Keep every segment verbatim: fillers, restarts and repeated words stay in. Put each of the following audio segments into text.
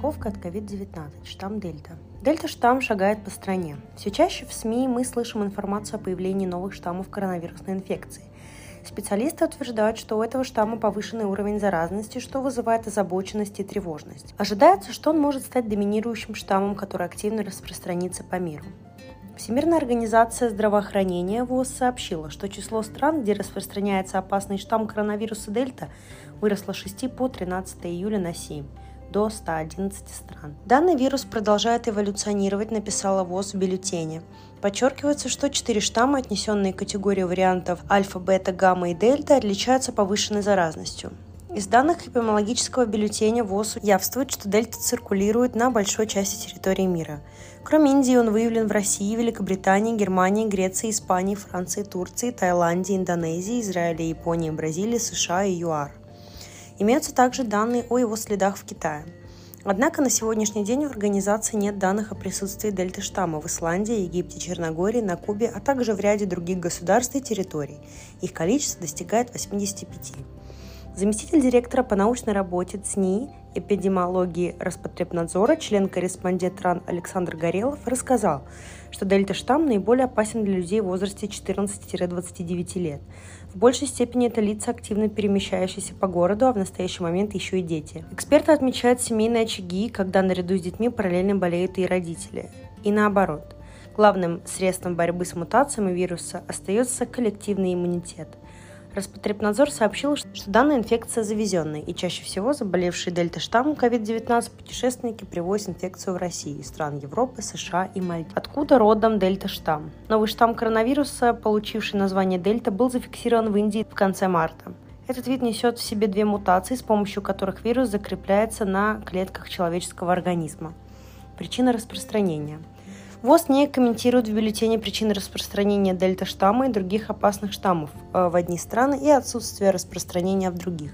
страховка от ковид девятнадцать, штамм Дельта. Дельта-штамм шагает по стране. Все чаще в СМИ мы слышим информацию о появлении новых штаммов коронавирусной инфекции. Специалисты утверждают, что у этого штамма повышенный уровень заразности, что вызывает озабоченность и тревожность. Ожидается, что он может стать доминирующим штаммом, который активно распространится по миру. Всемирная организация здравоохранения ВОЗ сообщила, что число стран, где распространяется опасный штамм коронавируса Дельта, выросло с шести по тринадцатое июля на семь, до ста одиннадцати стран. Данный вирус продолжает эволюционировать, написала ВОЗ в бюллетене. Подчеркивается, что четыре штамма, отнесенные к категории вариантов альфа, бета, гамма и дельта, отличаются повышенной заразностью. Из данных эпидемиологического бюллетеня ВОЗ явствует, что дельта циркулирует на большой части территории мира. Кроме Индии, он выявлен в России, Великобритании, Германии, Греции, Испании, Франции, Турции, Таиланде, Индонезии, Израиле, Японии, Бразилии, США и ЮАР. Имеются также данные о его следах в Китае. Однако на сегодняшний день у организации нет данных о присутствии дельта-штамма в Исландии, Египте, Черногории, на Кубе, а также в ряде других государств и территорий. Их количество достигает восьмидесяти пяти. Заместитель директора по научной работе ЦНИИ эпидемиологии Роспотребнадзора, член-корреспондент РАН Александр Горелов рассказал, что дельта-штамм наиболее опасен для людей в возрасте четырнадцати-двадцати девяти лет. В большей степени это лица, активно перемещающиеся по городу, а в настоящий момент еще и дети. Эксперты отмечают семейные очаги, когда наряду с детьми параллельно болеют и родители. И наоборот. Главным средством борьбы с мутациями вируса остается коллективный иммунитет. Роспотребнадзор сообщил, что данная инфекция завезенная, и чаще всего заболевшие дельта-штаммом ковид девятнадцать путешественники привозят инфекцию в Россию, из стран Европы, США и Мальдив. Откуда родом дельта-штамм? Новый штамм коронавируса, получивший название дельта, был зафиксирован в Индии в конце марта. Этот вид несет в себе две мутации, с помощью которых вирус закрепляется на клетках человеческого организма. Причина распространения. ВОЗ не комментирует в бюллетене причины распространения дельта-штамма и других опасных штаммов в одни страны и отсутствие распространения в других.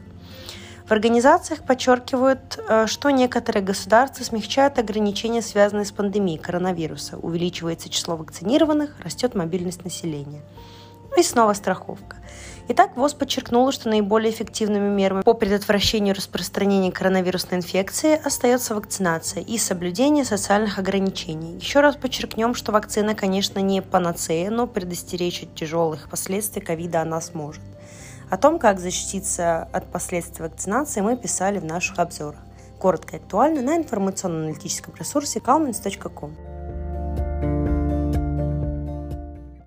В организациях подчеркивают, что некоторые государства смягчают ограничения, связанные с пандемией коронавируса. Увеличивается число вакцинированных, растет мобильность населения. Ну и снова страховка. Итак, ВОЗ подчеркнула, что наиболее эффективными мерами по предотвращению распространения коронавирусной инфекции остается вакцинация и соблюдение социальных ограничений. Еще раз подчеркнем, что вакцина, конечно, не панацея, но предостеречь от тяжелых последствий ковида она сможет. О том, как защититься от последствий вакцинации, мы писали в наших обзорах. Коротко и актуально на информационно-аналитическом ресурсе calmins точка ком.